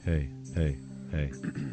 Hey, hey, hey.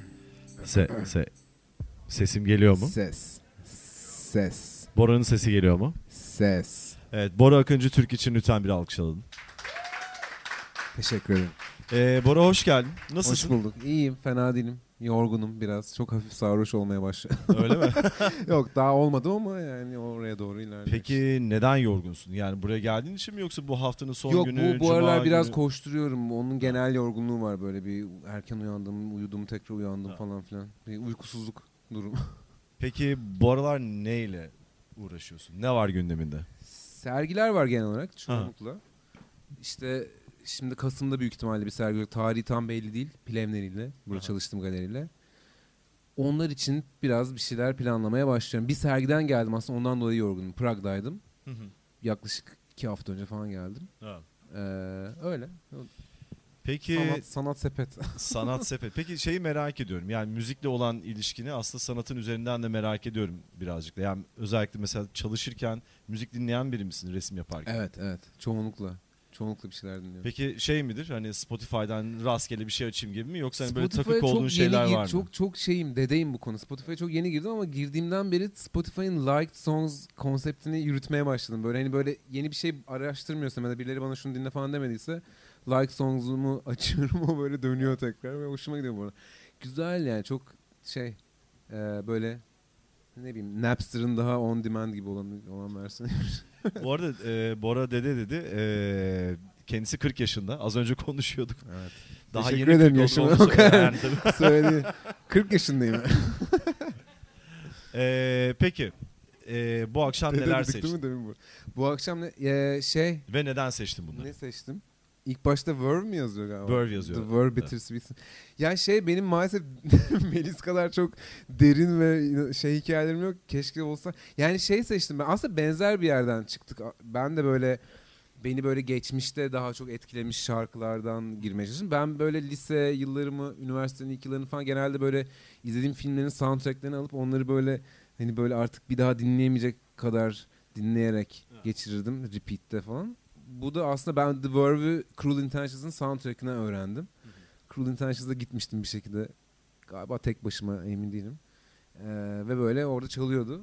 Sesim geliyor mu? Ses. Bora'nın sesi geliyor mu? Ses. Evet, Bora Akıncı Türk için lütfen bir alkış alalım. Teşekkür ederim. Bora hoş geldin. Nasılsın? Hoş bulduk. İyiyim, fena değilim. Yorgunum biraz. Çok hafif sarhoş olmaya başladı. Öyle mi? Yok, daha olmadım ama yani oraya doğru ilerliyor. Peki neden yorgunsun? Yani buraya geldiğin için mi yoksa bu haftanın son günü? Yok, bu aralar Cuma biraz günü... koşturuyorum. Onun genel yorgunluğu var, böyle bir erken uyandım, uyudum, tekrar uyandım falan filan. Bir uykusuzluk durumu. Peki bu aralar neyle uğraşıyorsun? Ne var gündeminde? Sergiler var genel olarak çoğunlukla. İşte şimdi Kasım'da büyük ihtimalle bir sergi yok. Tarihi tam belli değil. Plevneriyle, burada çalıştığım galeriyle. Onlar için biraz bir şeyler planlamaya başlıyorum. Bir sergiden geldim aslında, ondan dolayı yorgunum. Prag'daydım. Yaklaşık 2 hafta önce falan geldim. Öyle. Peki Sanat sepet. Sanat sepet. Peki şeyi merak ediyorum. Yani müzikle olan ilişkini aslında sanatın üzerinden de merak ediyorum birazcık da. Yani özellikle mesela çalışırken müzik dinleyen biri misin resim yaparken? Evet. Çoğunlukla bir şeyler dinliyorum. Peki şey midir? Hani Spotify'dan rastgele bir şey açayım gibi mi? Yoksa hani böyle Spotify'a takık olduğun şeyler var mı? Çok dedeyim bu konu. Spotify'a çok yeni girdim ama girdiğimden beri Spotify'ın liked songs konseptini yürütmeye başladım. Böyle hani böyle yeni bir şey araştırmıyorsam ya da birileri bana şunu dinle falan demediyse like songs'umu açıyorum, o böyle dönüyor tekrar ve hoşuma gidiyor bu arada. Güzel yani, çok böyle ne bileyim, Napster'ın daha on demand gibi olan versiyonu. Bu arada Bora dedi. Kendisi 40 yaşında. Az önce konuşuyorduk. Evet. Daha teşekkür yeni ederim 40 yaşıma. olduğunu Söyledi. 40 yaşındayım. Peki bu akşam neler Dedik seçtin? değil mi bu akşam Ve neden seçtin bunları? ne seçtim? İlk başta Verve mi yazıyor galiba? Verve yazıyor. The Verve Bittersweet. Ya benim maalesef Melis kadar çok derin ve hikayelerim yok. Keşke olsa. Yani seçtim ben. Aslında benzer bir yerden çıktık. Ben de böyle beni böyle geçmişte daha çok etkilemiş şarkılardan girmeye çalıştım. Ben böyle lise yıllarımı, üniversitenin ilk yıllarını falan genelde böyle izlediğim filmlerin soundtracklerini alıp onları böyle hani böyle artık bir daha dinleyemeyecek kadar dinleyerek geçirirdim repeat'te falan. Bu da aslında ben The Verve'ü Cruel Intentions'ın soundtrack'ına öğrendim. Cruel Intentions'da gitmiştim bir şekilde. Galiba tek başıma, emin değilim. Ve böyle orada çalıyordu.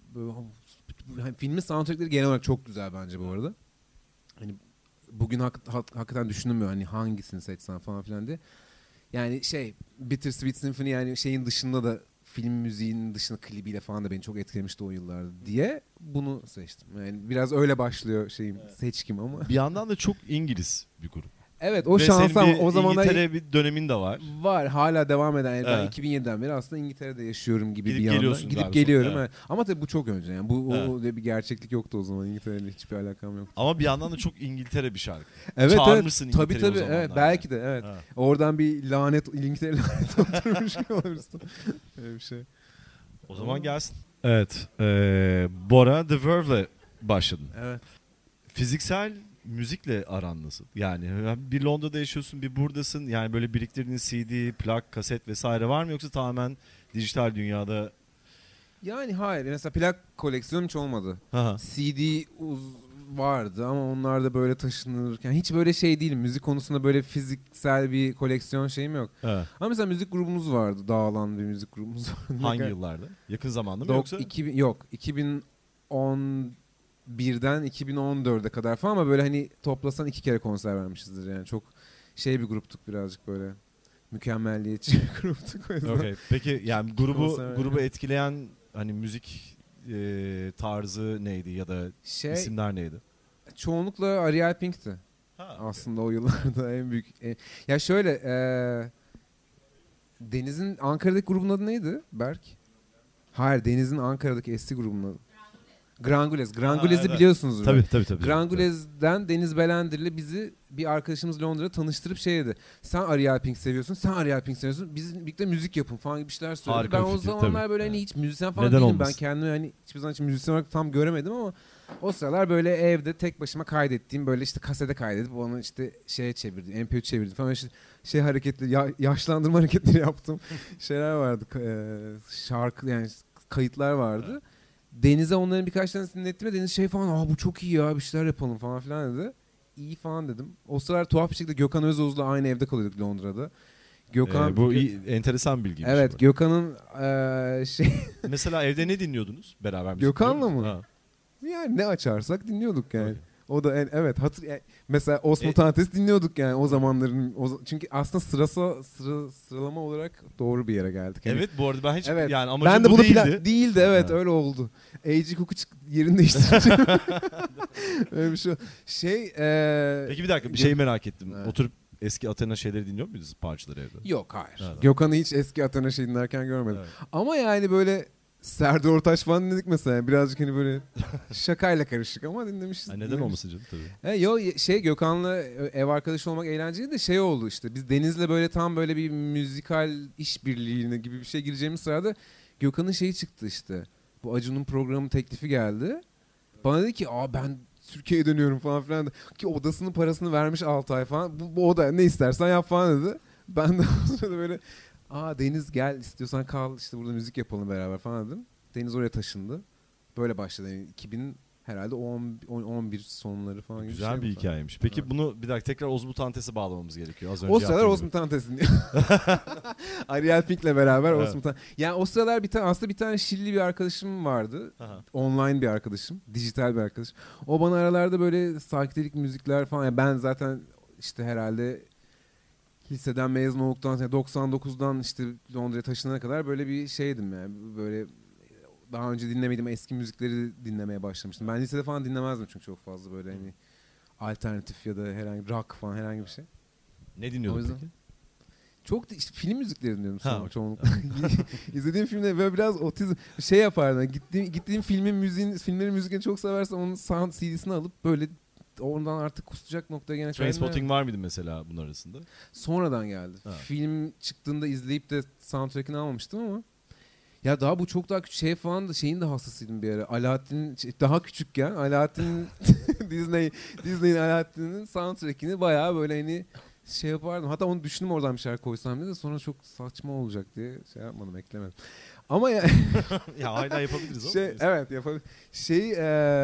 Böyle, filmin soundtrack'leri genel olarak çok güzel bence bu arada. Hani bugün hakikaten düşünülmüyor hani hangisini seçsem falan filan diye. Yani Bittersweet Symphony, yani şeyin dışında da, film müziğinin dışında klibiyle falan da beni çok etkilemişti o yıllarda diye bunu seçtim. Yani biraz öyle başlıyor seçkim ama. Bir yandan da çok İngiliz bir grup. Evet, o ve şans ama o zamanlar İngiltere bir dönemin de var. Var, hala devam eden. Yani ben Evet. 2007'den beri aslında İngiltere'de yaşıyorum gibi Gidip bir yandan. geliyorsun Gidip galiba. geliyorum. Evet. Evet. Ama tabii bu çok önce. Yani o bir gerçeklik yoktu o zaman. İngiltere'yle hiçbir alakam yoktu. Ama bir yandan da çok İngiltere bir şarkı. Evet, Çağırmışsın evet. İngiltere'yi o Tabii. zamanlar. Evet, belki de evet. Ha. Oradan bir İngiltere laneti oturmuş gibi olursun. Öyle bir şey. O zaman gelsin. Evet. Bora The Verve'le başladın. Evet. Fiziksel müzikle aran nasıl? Yani bir Londra'da yaşıyorsun, bir buradasın. Yani böyle biriktirdiğin CD, plak, kaset vesaire var mı, yoksa tamamen dijital dünyada? Yani hayır. Mesela plak koleksiyonum hiç olmadı. Aha. CD vardı ama onlar da böyle taşınırken hiç böyle değilim. Müzik konusunda böyle fiziksel bir koleksiyon şeyim yok. Evet. Ama mesela müzik grubumuz vardı. Dağılan bir müzik grubumuz vardı. Hangi yıllarda? Yakın zamanda mı yoksa? 2011'den 2014'e kadar falan, ama böyle hani toplasan 2 kere konser vermişizdir. Yani çok bir gruptuk, birazcık böyle mükemmelliyetçi bir gruptuk o yüzden. Okay. Peki yani Konser grubu etkileyen hani müzik tarzı neydi ya da isimler neydi? Çoğunlukla Ariel Pink'ti. Ha, aslında o yıllarda en büyük. Ya Deniz'in Ankara'daki grubun adı neydi Berk? Hayır, Deniz'in Ankara'daki eski grubun adı. Grangules'i evet. biliyorsunuzdur. Tabii. Grangules'den Deniz Belendir'le bizi bir arkadaşımız Londra'da tanıştırıp dedi. Sen Ariel Pink seviyorsun, biz birlikte müzik yapın falan gibi şeyler söyledi. Harika Ben bir o fikir, zamanlar tabii. böyle hani hiç müzisyen falan Neden değilim. olmasın? Ben kendimi hani hiçbir zaman müzisyen olarak tam göremedim ama o sıralar böyle evde tek başıma kaydettiğim, böyle kasete kaydedip onu çevirdim, MP3 çevirdim falan, hareketli, yaşlandırma hareketleri yaptım. Şeyler vardı, şarkı, yani kayıtlar vardı. Evet. Deniz'e onların birkaç tanesini dinlettim ve Deniz falan, bu çok iyi ya, bir şeyler yapalım falan filan dedi. İyi falan dedim. O sıralar tuhaf bir şekilde Gökhan Özoz'la aynı evde kalıyorduk Londra'da. Gökhan Bu enteresan bilgi. Evet, Gökhan'ın Mesela evde ne dinliyordunuz beraber müzik? Gökhan'la mı? Ha. Yani ne açarsak dinliyorduk yani. Okay. O da evet yani mesela Osmo Tantes dinliyorduk yani o zamanların çünkü aslında sıralama olarak doğru bir yere geldik. Yani, evet bu arada ben hiç evet, yani amacım ben de bu bunu değildi. Değildi evet öyle oldu. A.G. Cook'u yerini değiştireceğim. Öyle bir şey. Peki bir dakika bir şey merak ettim. Evet. Oturup eski Athena şeyleri dinliyor muydunuz parçaları evde? Yok hayır. Evet. Gökhan'ı hiç eski Athena şey dinlerken görmedim. Evet. Ama yani böyle Serdar Ortaç falan dinledik mesela. Birazcık hani böyle şakayla karışık ama dinlemişiz. Neden olmasın canım tabii. Yo Gökhan'la ev arkadaşı olmak eğlenceli de şey oldu işte. Biz Deniz'le böyle tam böyle bir müzikal işbirliğine gibi bir şey gireceğimiz sırada Gökhan'ın şeyi çıktı işte. Bu Acun'un programı teklifi geldi. Bana dedi ki ben Türkiye'ye dönüyorum falan filan. Ki odasının parasını vermiş 6 ay falan. Bu oda ne istersen yap falan dedi. Ben de o sırada böyle Deniz gel istiyorsan kal işte burada müzik yapalım beraber falan dedim. Deniz oraya taşındı. Böyle başladı. Yani 2000 herhalde 11 sonları falan gibi Güzel bir hikayemiş. Peki evet. Bunu bir dakika tekrar Osmo Tantes'e bağlamamız gerekiyor. Az önce o sıralar Osmo Tantes dinliyor. Ariel Pink'le beraber evet. Osmo Tantes. Yani o sıralar aslında bir tane Şilli bir arkadaşım vardı. Aha. Online bir arkadaşım. Dijital bir arkadaşım. O bana aralarda böyle sakidelik müzikler falan. Yani ben zaten işte herhalde liseden mezun olduktan sonra 99'dan işte Londra'ya taşınana kadar böyle bir şeydim yani. Böyle daha önce dinlemediğim eski müzikleri dinlemeye başlamıştım. Ben lisede falan dinlemezdim çünkü çok fazla böyle hani alternatif ya da herhangi rock falan herhangi bir şey. Ne dinliyordun peki? Çok işte film müzikleri dinliyordum çoğunlukla. Okay. İzlediğim filmde böyle biraz otizm şey yapardım. Gittiğim filmlerin müziklerini çok seversem onun sound CD'sini alıp böyle oradan artık kusacak noktaya gene Trainspotting var mıydı mesela bunun arasında? Sonradan geldi. Ha. Film çıktığında izleyip de soundtrack'ini almamıştım ama ya daha bu çok daha küçük şey falan da şeyin de hastasıydım bir ara. Alaaddin daha küçükken Alaaddin Disney'in Alaaddin'in soundtrack'ini bayağı böyle hani şey yapardım. Hatta onu düşündüm oradan bir şarkı koysam diye de sonra çok saçma olacak diye şey yapmadım, eklemedim. Ama ya ya hala yapabiliriz ama. Evet yapabiliriz.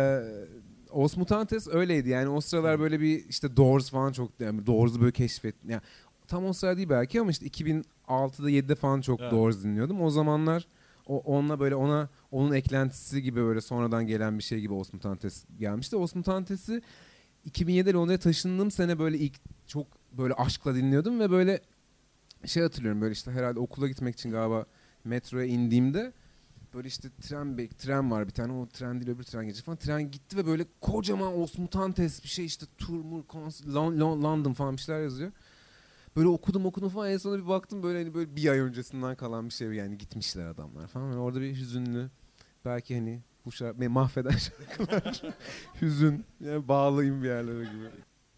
Osmo Tantes öyleydi yani o sıralar böyle bir işte Doors falan çok yani Doors'u böyle keşfettim. Yani tam o sıra değil belki ama işte 2006'da 7'de falan çok evet. Doors dinliyordum. O zamanlar onunla böyle onun eklentisi gibi böyle sonradan gelen bir şey gibi Osmo Tantes gelmişti. Osmo Tantes'i 2007'de Londra'ya taşındığım sene böyle ilk çok böyle aşkla dinliyordum ve böyle şey hatırlıyorum böyle işte herhalde okula gitmek için galiba metroya indiğimde böyle işte tren var bir tane, o tren değil öbür tren geçecek falan. Tren gitti ve böyle kocaman Osmo Tantes bir şey işte London falan bir şeyler yazıyor. Böyle okudum falan en sonunda bir baktım böyle hani böyle bir ay öncesinden kalan bir şey yani gitmişler adamlar falan. Yani orada bir hüzünlü belki hani bu şarkı beni mahveden şarkılar hüzün yani bağlayayım bir yerlere gibi.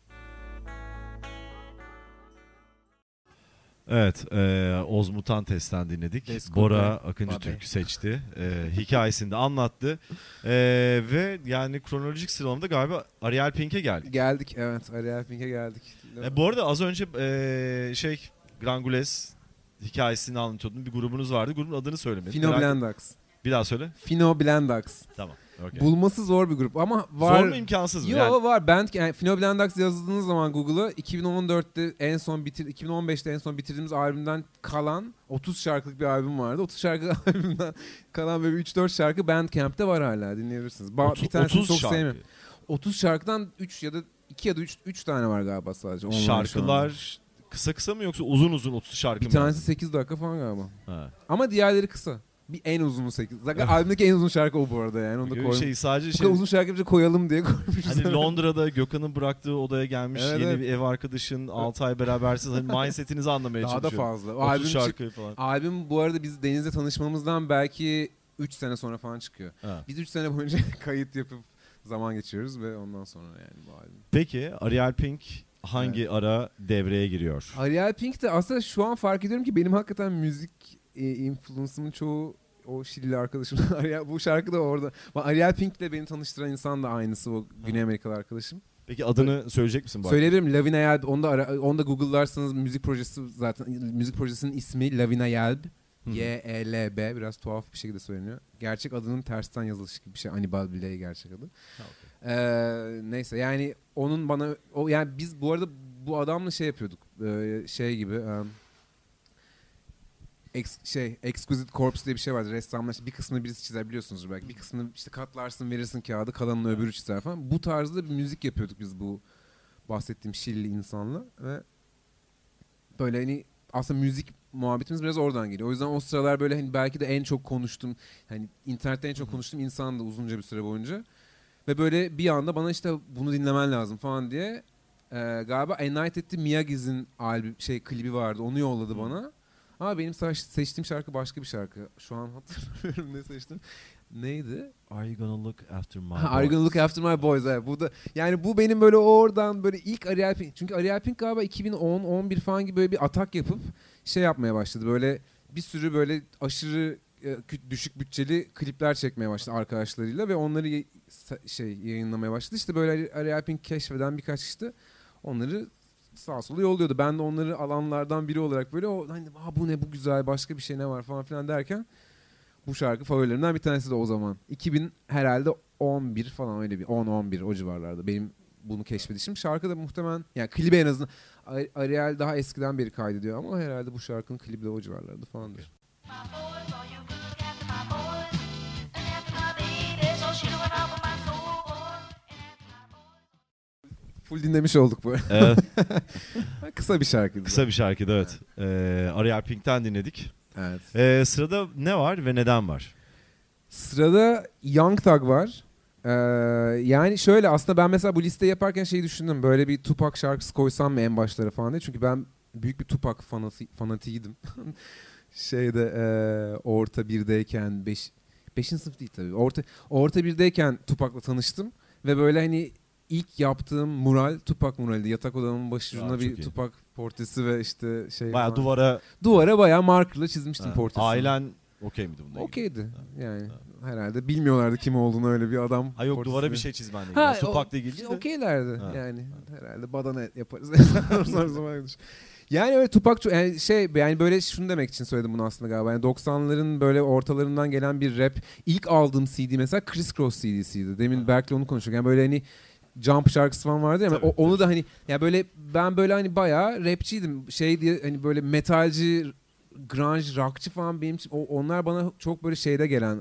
Evet, Osmo Tantes'ten dinledik. Bora Akıncı Türk'ü seçti. Hikayesini de anlattı. Ve yani kronolojik sıralamada galiba Ariel Pink'e geldik. Geldik evet, Ariel Pink'e geldik. Bu arada az önce Grangules hikayesini anlatıyordun. Bir grubunuz vardı. Grubun adını söylemedin. Fino Blendax. Bir daha söyle. Fino Blendax. Tamam. Okay. Bulması zor bir grup ama var. Zor mu imkansız mı? Yok var. Yani Fino Blendax yazdığınız zaman Google'a 2014'te 2015'te en son bitirdiğimiz albümden kalan 30 şarkılık bir albüm vardı. 30 şarkı albümden kalan böyle 3-4 şarkı Bandcamp'te var hala, dinleyebilirsiniz. Bir tanesini çok sevmiyorum. 30 şarkıdan 3 ya da 2 ya da 3 tane var galiba sadece. Şarkılar kısa mı yoksa uzun 30 şarkı mı? Bir tanesi 8 dakika falan galiba. Ha. Ama diğerleri kısa. Bir en uzunu 8. Zaten albümdeki en uzun şarkı o bu arada yani. Onu da koyalım. Sadece uzun şarkı bir koyalım diye koymuşuz. Hani Londra'da Gökhan'ın bıraktığı odaya gelmiş yeni bir ev arkadaşın, 6 ay berabersiniz. Hani mindset'inizi anlamaya çalışıyorum. Daha da fazla. 30 şarkı falan. Albüm bu arada biz Deniz'le tanışmamızdan belki 3 sene sonra falan çıkıyor. Ha. Biz 3 sene boyunca kayıt yapıp zaman geçiriyoruz ve ondan sonra yani bu albüm. Peki Ariel Pink hangi ara devreye giriyor? Ariel Pink de aslında şu an fark ediyorum ki benim hakikaten müzik influence'ımın çoğu o Şilili arkadaşım. Bu şarkı da orada. Ariel Pink'le beni tanıştıran insan da aynısı, o Güney Amerikalı arkadaşım. Peki adını söyleyecek misin? Söyleyebilirim. Lavina Yelb. Onu da Google'larsanız müzik projesinin ismi Lavina Yelb. Y-E-L-B. Biraz tuhaf bir şekilde söyleniyor. Gerçek adının tersten yazılışı gibi bir şey. Anibal Biley gerçek adı. Okay. Neyse yani onun bana yani biz bu arada bu adamla şey yapıyorduk. Şey gibi Exquisite Corpse diye bir şey vardır. Ressamlar işte bir kısmını birisi çizer biliyorsunuz belki. Bir kısmını işte katlarsın verirsin kağıdı, kalanını öbürü çizer falan. Bu tarzda bir müzik yapıyorduk biz bu bahsettiğim Şilli insanla ve böyle hani aslında müzik muhabbetimiz biraz oradan geliyor. O yüzden o sıralar böyle hani belki de en çok konuştuğum, hani internette en çok konuştuğum insandı uzunca bir süre boyunca. Ve böyle bir anda bana işte bunu dinlemen lazım falan diye galiba A Night at the Miyagi's'in klibi vardı. Onu yolladı bana. Ama benim seçtiğim şarkı başka bir şarkı. Şu an hatırlamıyorum ne seçtim. Neydi? Are you gonna look after my boys? Are you gonna look after my boys? Evet. Bu da yani bu benim böyle oradan böyle ilk Ariel Pink. Çünkü Ariel Pink galiba 2010-11 falan gibi böyle bir atak yapıp şey yapmaya başladı. Böyle bir sürü böyle aşırı düşük bütçeli klipler çekmeye başladı arkadaşlarıyla ve onları yayınlamaya başladı. İşte böyle Ariel Pink keşfeden birkaç kişi onları sağa sola yolluyordu. Ben de onları alanlardan biri olarak böyle hani bu ne, bu güzel, başka bir şey ne var falan filan derken bu şarkı favorilerimden bir tanesi de o zaman. 2000 herhalde 11 falan, öyle bir 10-11 o civarlarda benim bunu keşfedişim. Şarkı da muhtemelen yani klibi en azından Ariel daha eskiden beri kaydediyor ama herhalde bu şarkının klibi de o civarlarda falandır. Full dinlemiş olduk bu. Evet. Kısa bir şarkıydı. Kısa bir şarkıydı evet. Ariel Pink'ten dinledik. Evet. Sırada ne var ve neden var? Sırada Young Thug var. Yani şöyle aslında ben mesela bu listeyi yaparken şeyi düşündüm. Böyle bir Tupac şarkısı koysam mı en başlara falan diye. Çünkü ben büyük bir Tupac fanatiydim. Orta 1'deyken 5. sınıf değil tabii. Orta 1'deyken Tupac'la tanıştım. Ve böyle hani ilk yaptığım mural Tupac muraliydi. Yatak odamın başucunda bir iyi. Tupac portresi ve işte bayağı duvara bayağı markerla çizmiştim portresini. Ailen okey miydi bunda? Okeydi. Yani herhalde bilmiyorlardı kim olduğunu, öyle bir adam. Ha yok portresi. Duvara bir şey çizmenle ilgili. Tupac'la ilgili de. Okeylerdi. Yani herhalde badana yaparız. Yani öyle Tupac yani böyle şunu demek için söyledim bunu aslında galiba. Yani 90'ların böyle ortalarından gelen bir rap. İlk aldığım CD mesela Criss Cross CD'siydi. Demin Berk'le onu konuştuk. Yani böyle hani Jump şarkısı falan vardı ya. Tabii, onu da hani ya böyle ben böyle hani bayağı rapçiydim. Diye hani böyle metalci, grunge, rockçı falan benim için onlar bana çok böyle şeyde gelen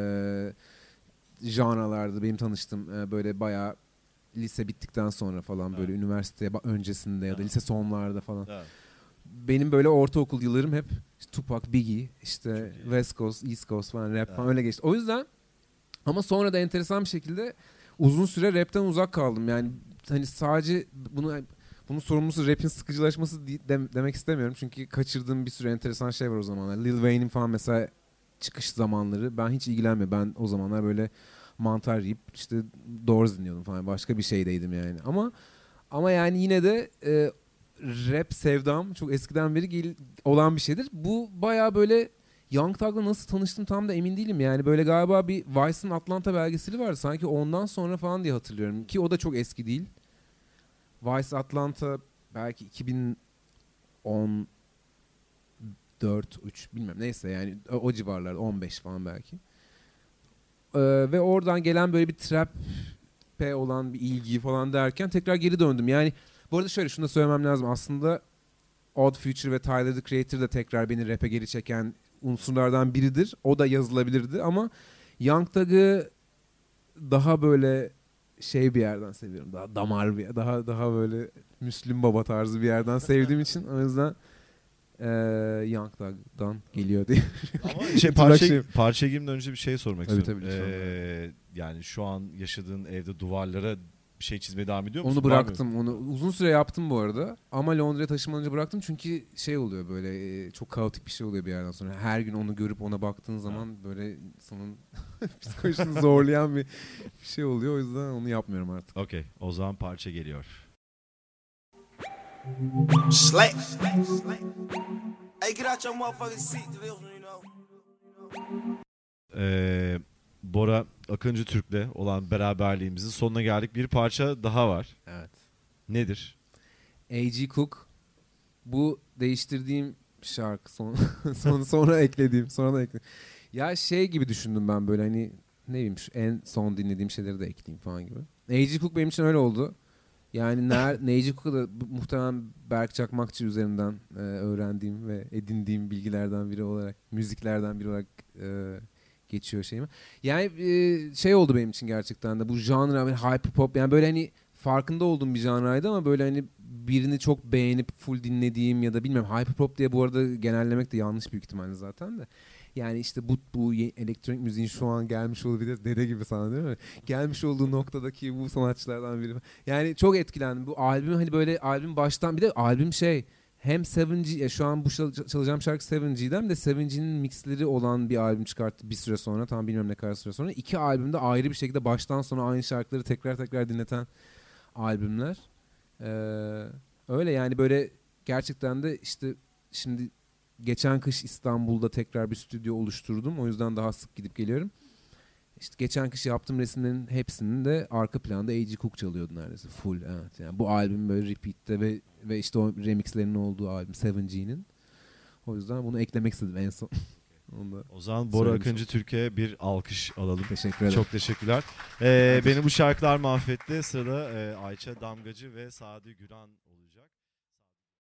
janralardı benim tanıştığım böyle bayağı lise bittikten sonra falan böyle üniversite öncesinde ya da lise sonlarda falan. Benim böyle ortaokul yıllarım hep işte Tupac, Biggie, işte West Coast, East Coast falan rap falan öyle geçti. O yüzden ama sonra da enteresan bir şekilde uzun süre rapten uzak kaldım. Yani hani sadece bunun sorumlusu rap'in sıkıcılaşması demek istemiyorum. Çünkü kaçırdığım bir sürü enteresan şey var o zamanlar. Lil Wayne'in falan mesela çıkış zamanları ben hiç ilgilenmiyorum. Ben o zamanlar böyle mantar yiyip işte Doors dinliyordum falan. Başka bir şeydeydim yani. Ama yani yine de rap sevdam çok eskiden beri olan bir şeydir. Bu bayağı böyle Young Thug'la nasıl tanıştım tam da emin değilim. Yani böyle galiba bir Vice'ın Atlanta belgeseli vardı. Sanki ondan sonra falan diye hatırlıyorum. Ki o da çok eski değil. Vice Atlanta belki 2014 3 bilmem neyse yani o civarlarda 15 falan belki. Ve oradan gelen böyle bir trap'e olan bir ilgi falan derken tekrar geri döndüm. Yani bu arada şöyle şunu da söylemem lazım. Aslında Odd Future ve Tyler the Creator da tekrar beni rap'e geri çeken unsurlardan biridir. O da yazılabilirdi ama Young Thug'ı daha böyle bir yerden seviyorum. Daha damar bir, daha böyle Müslüm Baba tarzı bir yerden sevdiğim için o yüzden Young Thug'dan geliyor diye. Ama parçaya girmeden önce bir şey sormak istiyorum. Tabii, yani şu an yaşadığın evde duvarlara bir şey çizmeye devam ediyor musun? Onu bıraktım. Onu uzun süre yaptım bu arada. Ama Londra'ya taşımadan önce bıraktım çünkü oluyor böyle çok kaotik bir şey oluyor bir yerden sonra. Her gün onu görüp ona baktığın zaman böyle insanın psikolojisini zorlayan bir şey oluyor. O yüzden onu yapmıyorum artık. Okey. O zaman parça geliyor. Slay. Hey, get out your motherfucking seat, you know. Bora Akıncı Türk'le olan beraberliğimizin sonuna geldik. Bir parça daha var. Evet. Nedir? A.G. Cook. Bu değiştirdiğim şarkı sonra eklediğim. Ya gibi düşündüm ben böyle hani ne bileyim en son dinlediğim şeyleri de ekleyeyim falan gibi. A.G. Cook benim için öyle oldu. Yani Neiji Kuka'da muhtemelen Berk Çakmakçı üzerinden öğrendiğim ve edindiğim bilgilerden biri olarak, müziklerden biri olarak geçiyor şeyime. Yani şey oldu benim için gerçekten de bu janra, yani hyperpop, yani böyle hani farkında olduğum bir janraydı ama böyle hani birini çok beğenip full dinlediğim ya da bilmiyorum, hyperpop diye bu arada genellemek de yanlış büyük ihtimalle zaten de. Yani işte bu elektronik müziğin şu an gelmiş olduğu, bir de dede gibi sana değil mi? Gelmiş olduğu noktadaki bu sanatçılardan biri. Yani çok etkilendim. Bu albüm hani böyle albüm baştan, bir de albüm şey hem 7G, şu an bu çalacağım şarkı 7G'den de 7G'nin mixleri olan bir albüm çıkarttı bir süre sonra. Tam bilmiyorum ne kadar süre sonra. 2 albümde ayrı bir şekilde baştan sona aynı şarkıları tekrar tekrar dinleten albümler. Öyle yani, böyle gerçekten de işte şimdi geçen kış İstanbul'da tekrar bir stüdyo oluşturdum. O yüzden daha sık gidip geliyorum. İşte geçen kış yaptığım resimlerin hepsinin de arka planda A.G. Cook çalıyordu neredeyse full. Evet. Yani bu albüm böyle repeat'te ve işte o remixlerin olduğu albüm 7G'nin. O yüzden bunu eklemek istedim en son. O zaman Bora Akıncı Türkiye'ye bir alkış alalım. Teşekkür ederim. Çok teşekkürler. Beni bu şarkılar mahvetti. Sırada Ayça Damgacı ve Sadi Güran